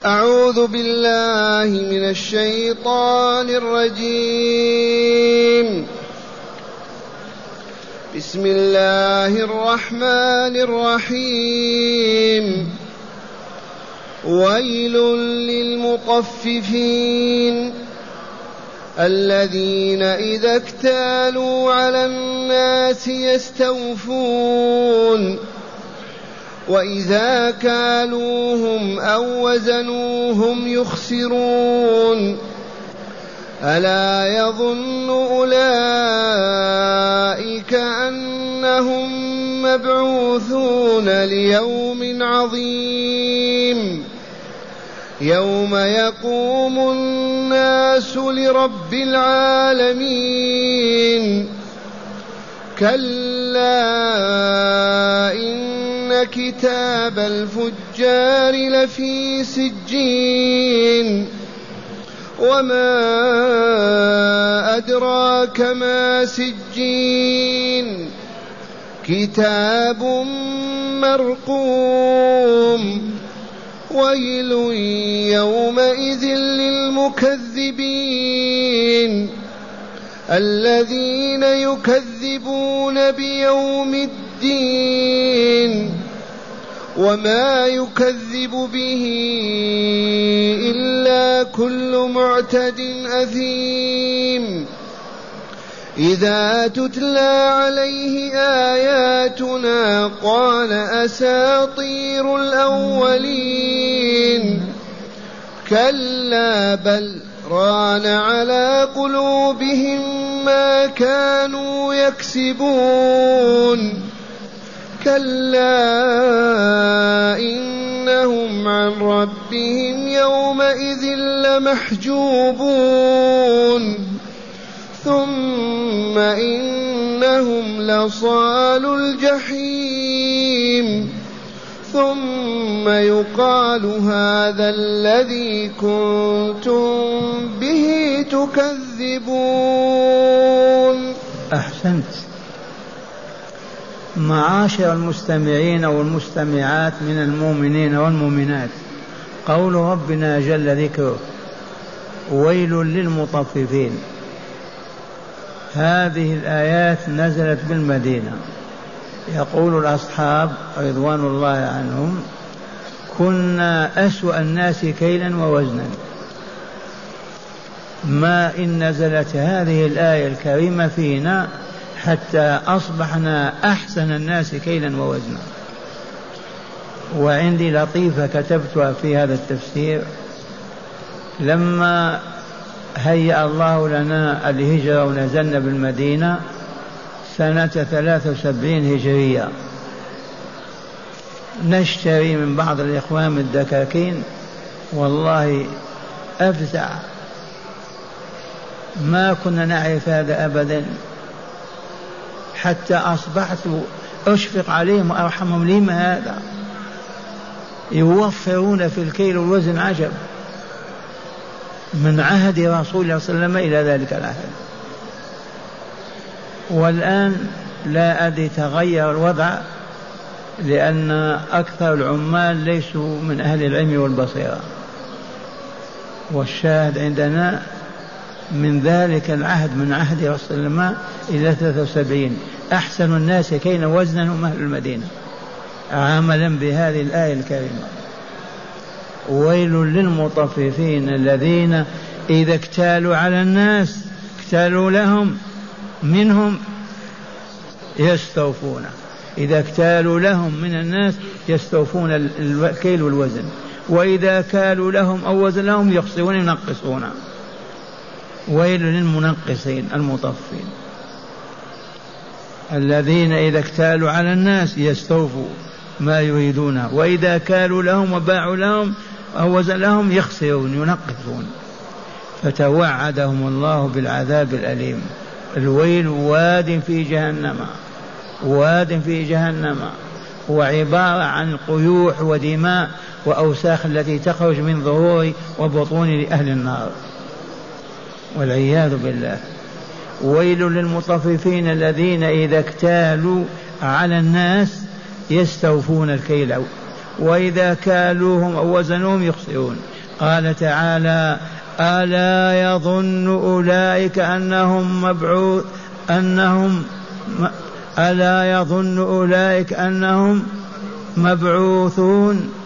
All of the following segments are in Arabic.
أعوذ بالله من الشيطان الرجيم. بسم الله الرحمن الرحيم. ويل للمطففين الذين إذا اكتالوا على الناس يستوفون وإذا كالوهم أو وزنوهم يخسرون. ألا يظن أولئك أنهم مبعوثون ليوم عظيم يوم يقوم الناس لرب العالمين. كلا إن كتاب الفجار لفي سجين وما أدراك ما سجين كتاب مرقوم. ويل يومئذ للمكذبين الذين يكذبون بيوم الدين وما يكذب به إلا كل معتد أثيم. إذا تتلى عليه آياتنا قال أساطير الأولين. كلا بل ران على قلوبهم ما كانوا يكسبون. كلا إنهم عن ربهم يومئذ لمحجوبون. ثم إنهم لصالو الجحيم. ثم يقال هذا الذي كنتم به تكذبون. أحسنت. معاشر المستمعين والمستمعات من المؤمنين والمؤمنات، قول ربنا جل ذكره ويل للمطففين. هذه الآيات نزلت بالمدينة. يقول الأصحاب رضوان الله عنهم كنا أسوأ الناس كيلا ووزنا، ما إن نزلت هذه الآية الكريمة فينا حتى أصبحنا أحسن الناس كيلا ووزنا. وعندي لطيفة كتبتها في هذا التفسير. لما هيأ الله لنا الهجرة ونزلنا بالمدينة سنة 73 هجرية، نشتري من بعض الإخوان الدكاكين، والله أفزع، ما كنا نعرف هذا أبدا، حتى أصبحت أشفق عليهم وأرحمهم. لما هذا؟ يوفرون في الكيل والوزن عجب، من عهد رسول الله صلى الله عليه وسلم إلى ذلك العهد. والآن لا أدري تغير الوضع، لأن أكثر العمال ليسوا من أهل العلم والبصيرة. والشاهد عندنا من ذلك العهد، من عهد رسول الله إلى 73 أحسن الناس كيلا وزنا هم أهل المدينة، عملا بهذه الآية الكريمة. ويل للمطففين الذين إذا اكتالوا على الناس اكتالوا لهم منهم يستوفون. إذا اكتالوا لهم من الناس يستوفون الكيل والوزن، وإذا كالوا لهم أو وزن لهم يخسرون ينقصون. ويل للمنقصين المطففين الذين إذا اكتالوا على الناس يستوفوا ما يريدونه، وإذا كالوا لهم وباعوا لهم أو وزن لهم يخسرون ينقصون. فتوعدهم الله بالعذاب الأليم. الويل واد في جهنم، واد في جهنم، هو عبارة عن قيوح ودماء وأوساخ التي تخرج من ظهور وبطون لأهل النار والعياذ بالله. ويل للمطففين الذين إذا اكتالوا على الناس يستوفون الكيل وإذا كالوهم أو وزنوهم يخسرون. قال تعالى ألا يظن أولئك ألا يظن أولئك أنهم مبعوثون.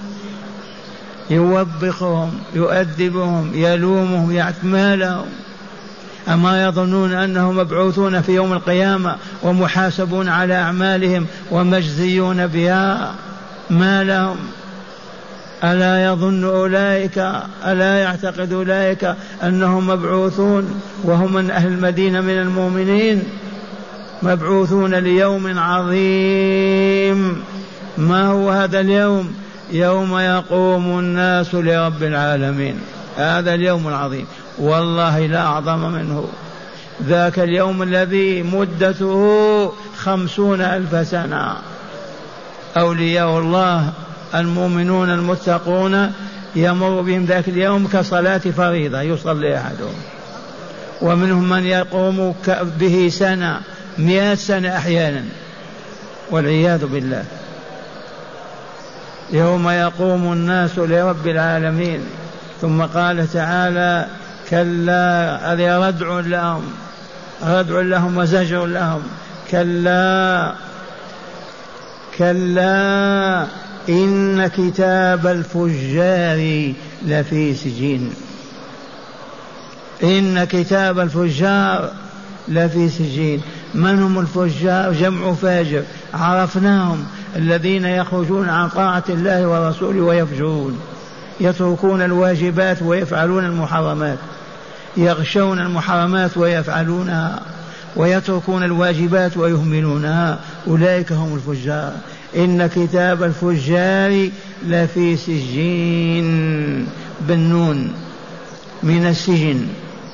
يوبخهم يؤدبهم يلومهم ما لهم؟ أما يظنون أنهم مبعوثون في يوم القيامة ومحاسبون على أعمالهم ومجزيون بها؟ ما لهم؟ ألا يظن أولئك ألا يعتقد أولئك أنهم مبعوثون وهم من أهل المدينة من المؤمنين؟ مبعوثون ليوم عظيم. ما هو هذا اليوم؟ يوم يقوم الناس لرب العالمين. هذا اليوم العظيم والله لا أعظم منه. ذاك اليوم الذي مدته 50,000 سنة. أولياء الله المؤمنون المتقون يمر بهم ذاك اليوم كصلاة فريضة يصلي أحدهم، ومنهم من يقوم به سنة 100 سنة أحيانا والعياذ بالله. يوم يقوم الناس لرب العالمين. ثم قال تعالى كلا هذا ردع لهم وزجر لهم. كلا إن كتاب الفجار لفي سجين. إن كتاب الفجار لفي سجين. من هم الفجار؟ جمع فاجر، عرفناهم، الذين يخرجون عن طاعة الله ورسوله ويفجرون، يتركون الواجبات ويفعلون المحرمات، يغشون المحرمات ويفعلونها، ويتركون الواجبات ويهملونها. أولئك هم الفجار. إن كتاب الفجار لفي سجين بالنون من السجن.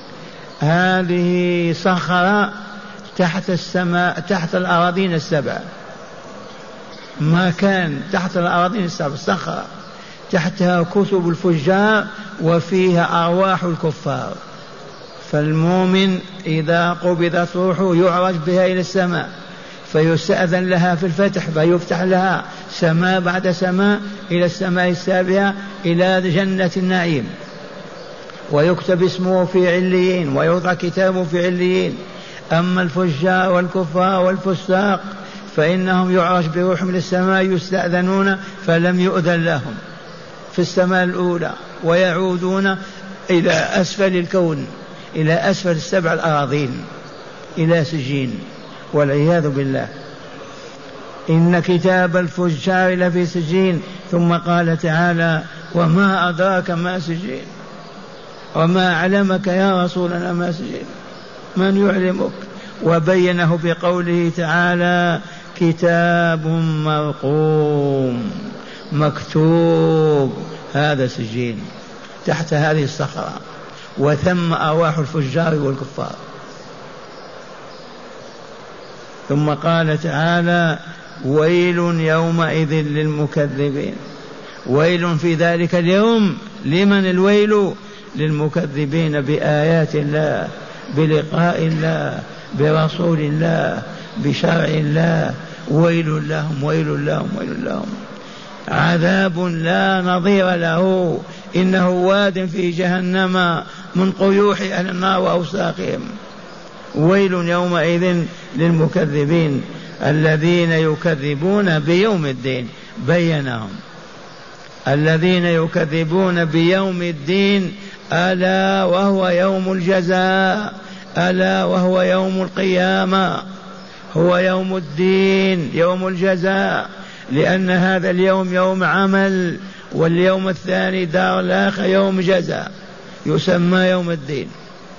هذه صخرة تحت السماء، تحت الأراضين السبع، ما كان تحت الأراضين السبع صخرة تحتها كتب الفجار وفيها أرواح الكفار. فالمؤمن إذا قبضت روحه يعرج بها إلى السماء فيستأذن لها في الفتح فيفتح لها سماء بعد سماء إلى السماء السابعة إلى جنة النعيم، ويكتب اسمه في عليين ويوضع كتابه في عليين. أما الفجار والكفار والفساق فإنهم يعرج بروحهم إلى السماء يستأذنون فلم يؤذن لهم في السماء الأولى، ويعودون إلى أسفل الكون، إلى أسفل السبع الأراضين، إلى سجين والعياذ بالله. إن كتاب الفجار لفي سجين. ثم قال تعالى وما أدراك ما سجين، وما علمك يا رسولنا ما سجين، من يعلمك؟ وبينه بقوله تعالى كتاب مرقوم مكتوب. هذا سجين تحت هذه الصخرة، وثم أرواح الفجار والكفار. ثم قال تعالى ويل يومئذ للمكذبين. ويل في ذلك اليوم. لمن الويل؟ للمكذبين بآيات الله، بلقاء الله، برسول الله، بشرع الله. ويل لهم ويل لهم ويل لهم. عذاب لا نظير له، إنه واد في جهنم من قيوح أهل النار وأوساخهم. ويل يومئذ للمكذبين الذين يكذبون بيوم الدين. بينهم الذين يكذبون بيوم الدين، ألا وهو يوم الجزاء، ألا وهو يوم القيامة، هو يوم الدين يوم الجزاء، لأن هذا اليوم يوم عمل، واليوم الثاني دار الآخرة يوم جزاء يسمى يوم الدين.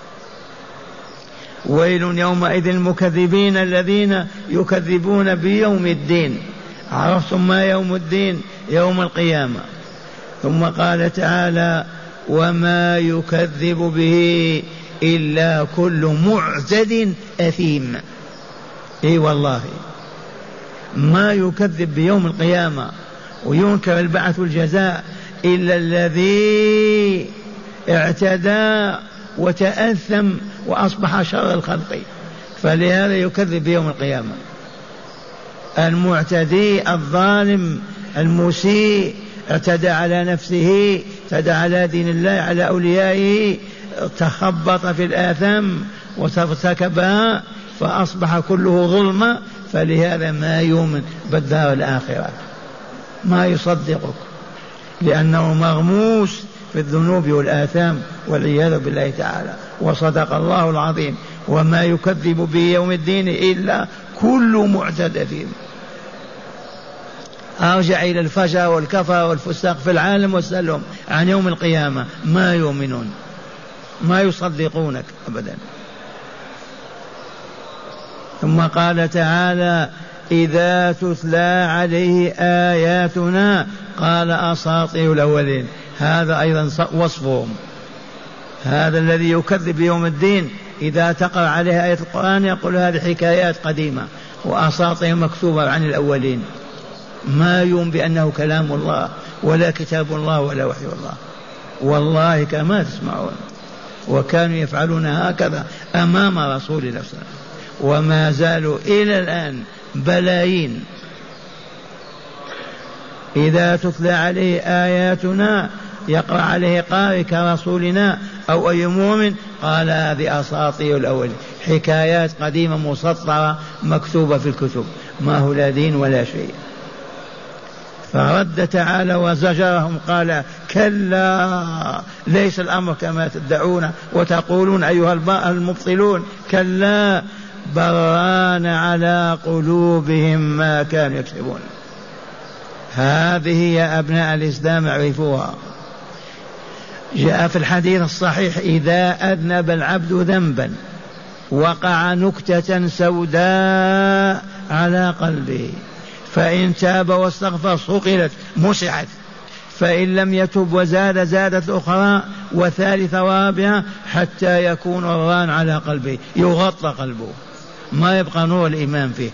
ويل يومئذ المكذبين الذين يكذبون بيوم الدين. عرفتم ما يوم الدين؟ يوم القيامة. ثم قال تعالى وما يكذب به إلا كل معتد أثيم. اي والله ما يكذب بيوم القيامة وينكر البعث والجزاء إلا الذي اعتدى وتأثم وأصبح شر الخلق، فلهذا يكذب بيوم القيامة. المعتدي الظالم المسيء اعتدى على نفسه، اعتدى على دين الله، على أوليائه، تخبط في الآثام وارتكبها فأصبح كله ظلمة، فلهذا ما يؤمن بالدار الآخرة، ما يصدقك، لأنه مغموس في الذنوب والآثام والعياذ بالله تعالى. وصدق الله العظيم: وما يكذب به يوم الدين إلا كل معتد. أرجع إلى الفجر والكفر والفساق في العالم واسألهم عن يوم القيامة، ما يؤمنون، ما يصدقونك أبدا. ثم قال تعالى: إذا تتلى عليه آياتنا قال أساطير الأولين. هذا أيضا وصفهم، هذا الذي يكذب يوم الدين إذا تقرأ عليه آية القرآن يقول هذه حكايات قديمة وأساطير مكتوبة عن الأولين، ما يؤمن بأنه كلام الله ولا كتاب الله ولا وحي الله، والله كما تسمعون. وكانوا يفعلون هكذا أمام رسول الله صلى الله عليه وسلم، وما زالوا إلى الآن بلايين. إذا تتلى عليه آياتنا، يقرأ عليه قارئ كرسولنا أو أي مؤمن، قال هذه أساطير الأولين، حكايات قديمة مسطرة مكتوبة في الكتب، ما هو لا دين ولا شيء. فرد تعالى وزجرهم قال: كلا، ليس الأمر كما تدعون وتقولون أيها المبطلون، كلا، بران على قلوبهم ما كانوا يكسبون. هذه يا أبناء الإسلام اعرفوها. جاء في الحديث الصحيح: إذا أذنب العبد ذنبا وقع نكتة سوداء على قلبه، فإن تاب واستغفر صقلت مسحت، فإن لم يتب وزاد زادت أخرى وثالثة ورابعة، حتى يكون الران على قلبه، يغطى قلبه، ما يبقى نور الإيمان فيه.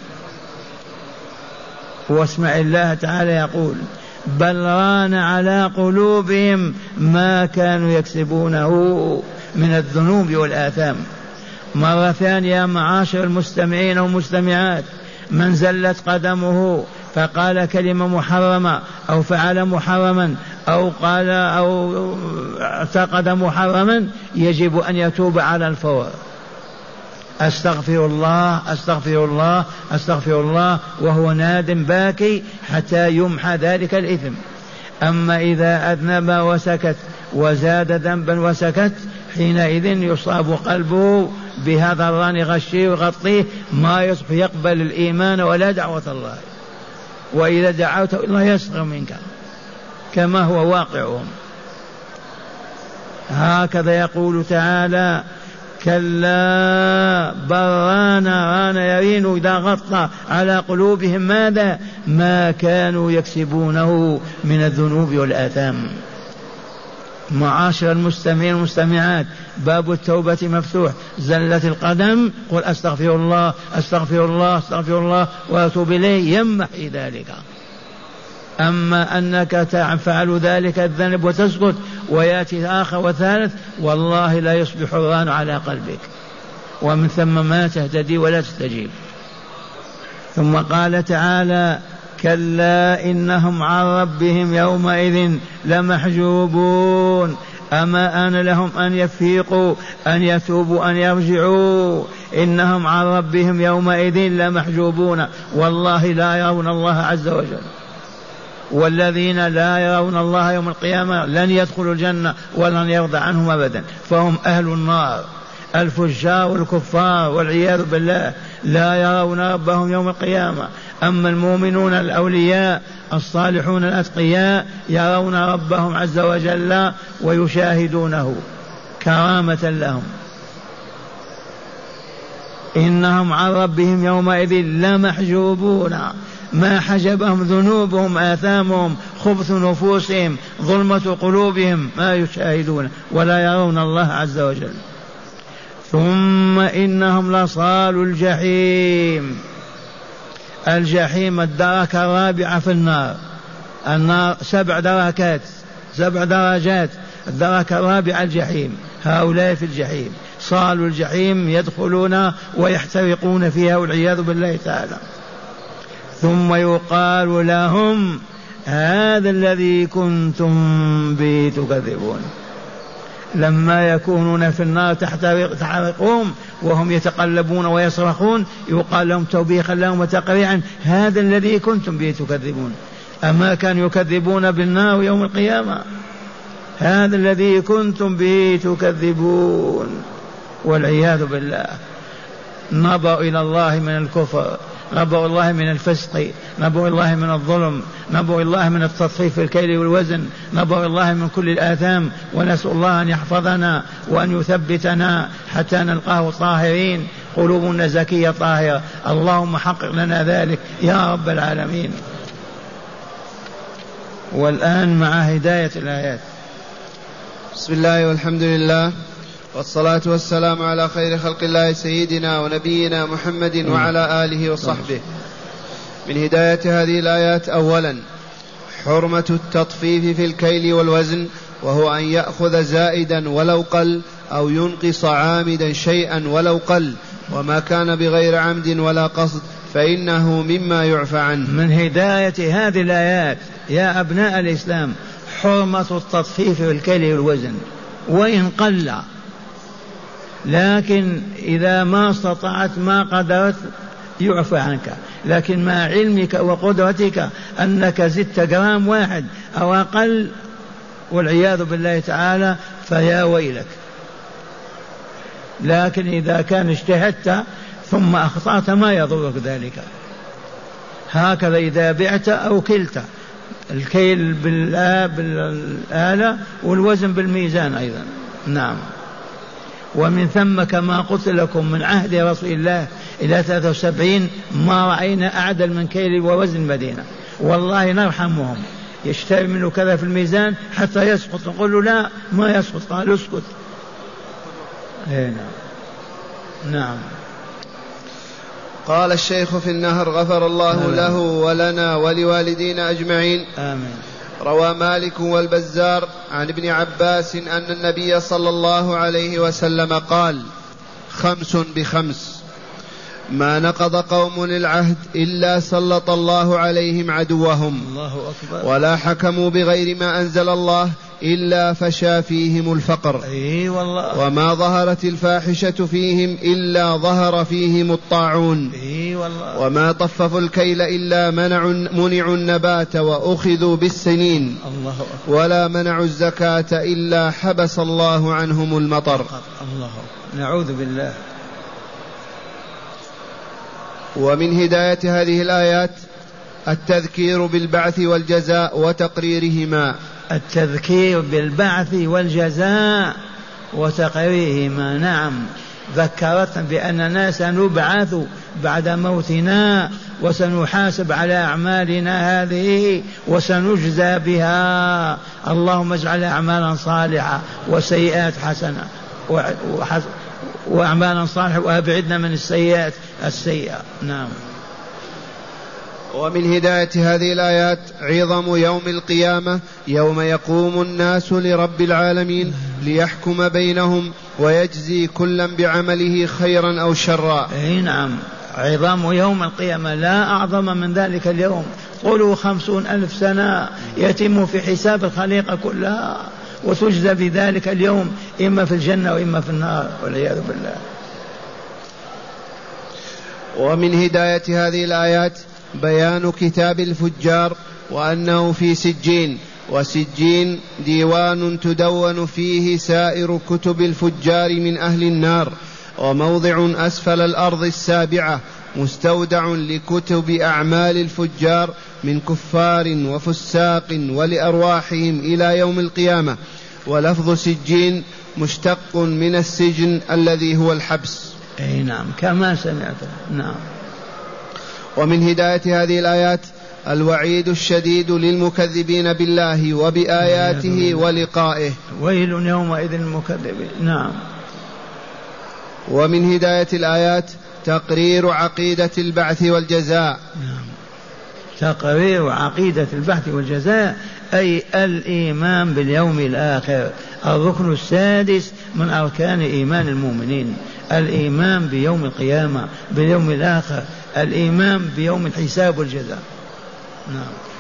واسمع الله تعالى يقول: بل ران على قلوبهم ما كانوا يكسبونه من الذنوب والآثام. مرة ثانية معاشر المستمعين والمستمعات، من زلت قدمه فقال كلمة محرمة أو فعل محرما أو قال أو اعتقد محرما، يجب أن يتوب على الفور. أستغفر الله أستغفر الله أستغفر الله، وهو نادم باكي حتى يمحى ذلك الإثم. أما إذا أذنب وسكت وزاد ذنبا وسكت، حينئذ يصاب قلبه بهذا الران، يغشيه ويغطيه، ما يصبح يقبل الإيمان ولا دعوة الله، وإذا دعوت الله يسخر منك كما هو واقعهم. هكذا يقول تعالى: كلا، بران، ران يرين، إذا غطى على قلوبهم ماذا؟ ما كانوا يكسبونه من الذنوب والآثام. معاشر المستمعين والمستمعات، باب التوبة مفتوح، زلت القدم قل أستغفر الله أستغفر الله أستغفر الله وأتوب إليه، يمحي ذلك. أما أنك تفعل ذلك الذنب وتسكت ويأتي آخر وثالث، والله لا يصبح الران على قلبك، ومن ثم ما تهتدي ولا تستجيب. ثم قال تعالى: كلا إنهم عن ربهم يومئذ لمحجوبون. أما آن لهم أن يفيقوا، أن يتوبوا، أن يرجعوا. إنهم عن ربهم يومئذ لمحجوبون، والله لا يرون الله عز وجل. والذين لا يرون الله يوم القيامة لن يدخلوا الجنة ولن يرضى عنهم أبدا، فهم أهل النار. الفجار والكفار والعياذ بالله لا يرون ربهم يوم القيامة. أما المؤمنون الأولياء الصالحون الأتقياء يرون ربهم عز وجل ويشاهدونه كرامة لهم. إنهم عن ربهم يومئذ لمحجوبون، ما حجبهم ذنوبهم آثامهم خبث نفوسهم ظلمة قلوبهم، ما يشاهدون ولا يرون الله عز وجل. ثم إنهم لصال الجحيم. الجحيم الدركة الرابعة في النار. النار 7 دركات 7 درجات، الدركة الرابعة الجحيم. هؤلاء في الجحيم، صال الجحيم، يدخلون ويحترقون فيها والعياذ بالله تعالى. ثم يقال لهم هذا الذي كنتم به تكذبون. لما يكونون في النار تحرقهم وهم يتقلبون ويصرخون يقال لهم توبيخا لهم وتقريعا هذا الذي كنتم به تكذبون. أما كانوا يكذبون بالنار يوم القيامة؟ هذا الذي كنتم به تكذبون والعياذ بالله. نبأ إلى الله من الكفر، نبأ الله من الفسق، نبأ الله من الظلم، نبأ الله من التطفيف في الكيل والوزن، نبأ الله من كل الآثام، ونسأل الله أن يحفظنا وأن يثبتنا حتى نلقاه طاهرين قلوبنا زكية طاهرة. اللهم حقق لنا ذلك يا رب العالمين. والآن مع هداية الآيات. بسم الله والحمد لله والصلاة والسلام على خير خلق الله سيدنا ونبينا محمد وعلى آله وصحبه. من هداية هذه الآيات أولا حرمة التطفيف في الكيل والوزن، وهو أن يأخذ زائدا ولو قل أو ينقص عامدا شيئا ولو قل، وما كان بغير عمد ولا قصد فإنه مما يعفى عنه. من هداية هذه الآيات يا أبناء الإسلام حرمة التطفيف في الكيل والوزن وإن قل، لكن إذا ما استطعت ما قدرت يعفى عنك، لكن مع علمك وقدرتك أنك زدت جرام واحد أو أقل والعياذ بالله تعالى فيا ويلك. لكن إذا كان اجتهدت ثم أخطأت ما يضرك ذلك. هكذا إذا بعت أو كلت، الكيل بالآلة والوزن بالميزان أيضا. نعم. ومن ثم كما قلت لكم من عهد رسول الله إلى 73 ما رأينا أعدل من كيل ووزن مدينة، والله نرحمهم. يشتري منه كذا في الميزان حتى يسقط، نقول له لا ما يسقط، قال اسكت. نعم. قال الشيخ في النهر غفر الله له ولنا ولوالدينا أجمعين. آمين. روى مالك والبزار عن ابن عباس أن النبي صلى الله عليه وسلم قال: 5 بخمس ما نقض قوم العهد إلا سلط الله عليهم عدوهم، الله أكبر. ولا حكموا بغير ما أنزل الله إلا فشى فيهم الفقر، والله. وما ظهرت الفاحشة فيهم إلا ظهر فيهم الطاعون، والله. وما طففوا الكيل إلا منعوا النبات وأخذوا بالسنين، الله أكبر. ولا منعوا الزكاة إلا حبس الله عنهم المطر. الله. نعوذ بالله. ومن هداية هذه الآيات التذكير بالبعث والجزاء وتقريرهما. التذكير بالبعث والجزاء وتقريرهما. نعم، ذكرتنا بأننا سنبعث بعد موتنا وسنحاسب على أعمالنا هذه وسنجزى بها. اللهم اجعل أعمالا صالحة وسيئات حسنة وأعمالا صالحة وأبعدنا من السيئات السيئة. نعم. ومن هداية هذه الآيات عظم يوم القيامة، يوم يقوم الناس لرب العالمين ليحكم بينهم ويجزي كلا بعمله خيرا أو شرا. نعم، عظام يوم القيامة، لا أعظم من ذلك اليوم. قولوا 50,000 سنة يتم في حساب الخليقة كلها، وتجزى بذلك اليوم إما في الجنة وإما في النار والعياذ بالله. ومن هداية هذه الآيات بيان كتاب الفجار وأنه في سجين، وسجين ديوان تدون فيه سائر كتب الفجار من أهل النار، وموضع أسفل الأرض السابعة مستودع لكتب أعمال الفجار من كفار وفساق ولأرواحهم إلى يوم القيامة. ولفظ سجين مشتق من السجن الذي هو الحبس. نعم، كما سمعت. نعم. ومن هداية هذه الآيات الوعيد الشديد للمكذبين بالله وبآياته ولقائه. ويل يومئذ للمكذبين. نعم. ومن هداية الآيات تقرير عقيدة البعث والجزاء. نعم. تقرير عقيدة البعث والجزاء أي الإيمان باليوم الآخر، الركن السادس من أركان إيمان المؤمنين، الإيمان بيوم القيامة، باليوم الآخر، الإيمان بيوم الحساب والجزاء. نعم.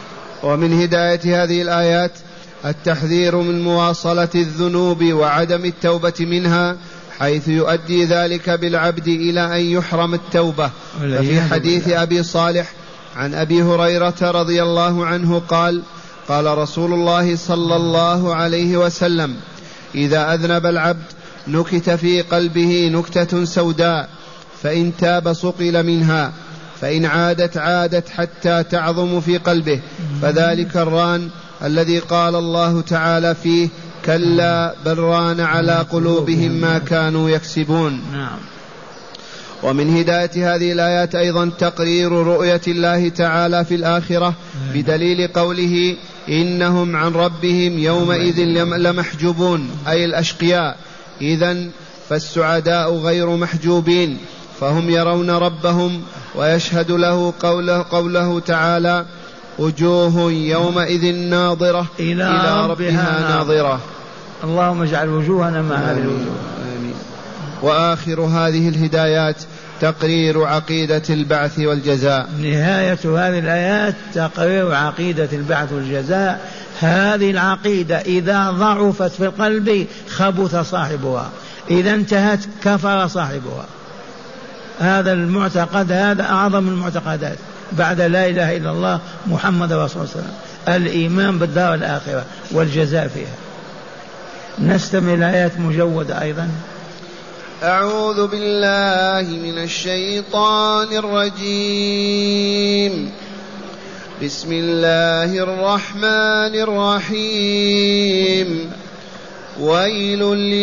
ومن هداية هذه الآيات التحذير من مواصلة الذنوب وعدم التوبة منها، حيث يؤدي ذلك بالعبد إلى أن يحرم التوبة. ففي حديث أبي صالح عن أبي هريرة رضي الله عنه قال: قال رسول الله صلى الله عليه وسلم: إذا أذنب العبد نكت في قلبه نكتة سوداء، فإن تاب صقل منها، فإن عادت حتى تعظم في قلبه، فذلك الران الذي قال الله تعالى فيه: كلا بل ران على قلوبهم ما كانوا يكسبون. ومن هداية هذه الآيات أيضا تقرير رؤية الله تعالى في الآخرة بدليل قوله: إنهم عن ربهم يومئذ لمحجوبون، أي الأشقياء. إذن فالسعداء غير محجوبين، فهم يرون ربهم، ويشهد له قوله تعالى: وجوه يومئذ ناظرة إلى ربها ناظرة. اللهم اجعل وجوهنا مع هذه الوجوه. آمين. وآخر هذه الهدايات تقرير عقيدة البعث والجزاء. نهاية هذه الآيات تقرير عقيدة البعث والجزاء. هذه العقيدة إذا ضعفت في القلب خبث صاحبها، إذا انتهت كفر صاحبها. هذا المعتقد هذا أعظم المعتقدات بعد لا إله إلا الله محمد رسول الله، الإيمان بالدار الآخرة والجزاء فيها. نستمع الآيات مجودة أيضا. أعوذ بالله من الشيطان الرجيم. بسم الله الرحمن الرحيم. ويل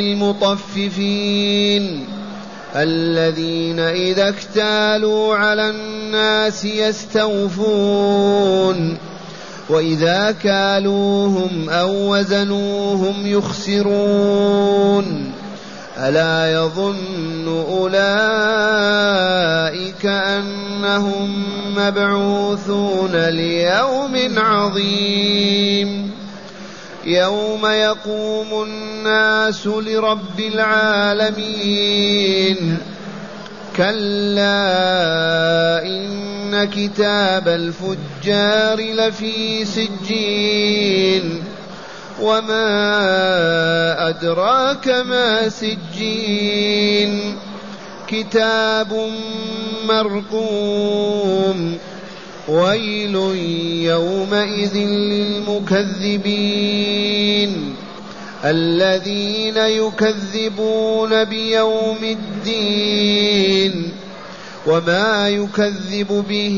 للمطففين الذين إذا اكتالوا على الناس يستوفون وإذا كالوهم أو وزنوهم يخسرون ألا يظن أولئك أنهم مبعوثون ليوم عظيم يوم يقوم الناس لرب العالمين كلا إن كتاب الفجار لفي سجين وما أدراك ما سجين كتاب مرقوم ويل يومئذ للمكذبين الذين يكذبون بيوم الدين وما يكذب به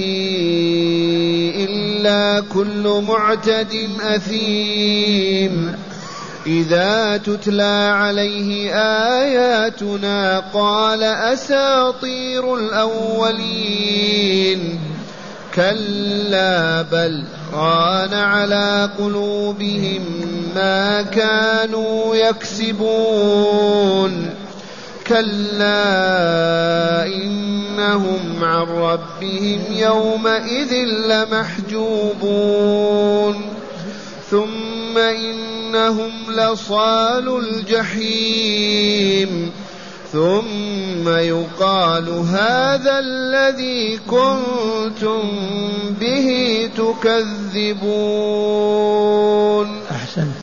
إلا كل معتد أثيم إذا تتلى عليه آياتنا قال أساطير الأولين كلا بل ران على قلوبهم ما كانوا يكسبون كلا إنهم عن ربهم يومئذ لمحجوبون ثم إنهم لصالو الجحيم ثم يقال هذا الذي كنتم به تكذبون. أحسنت.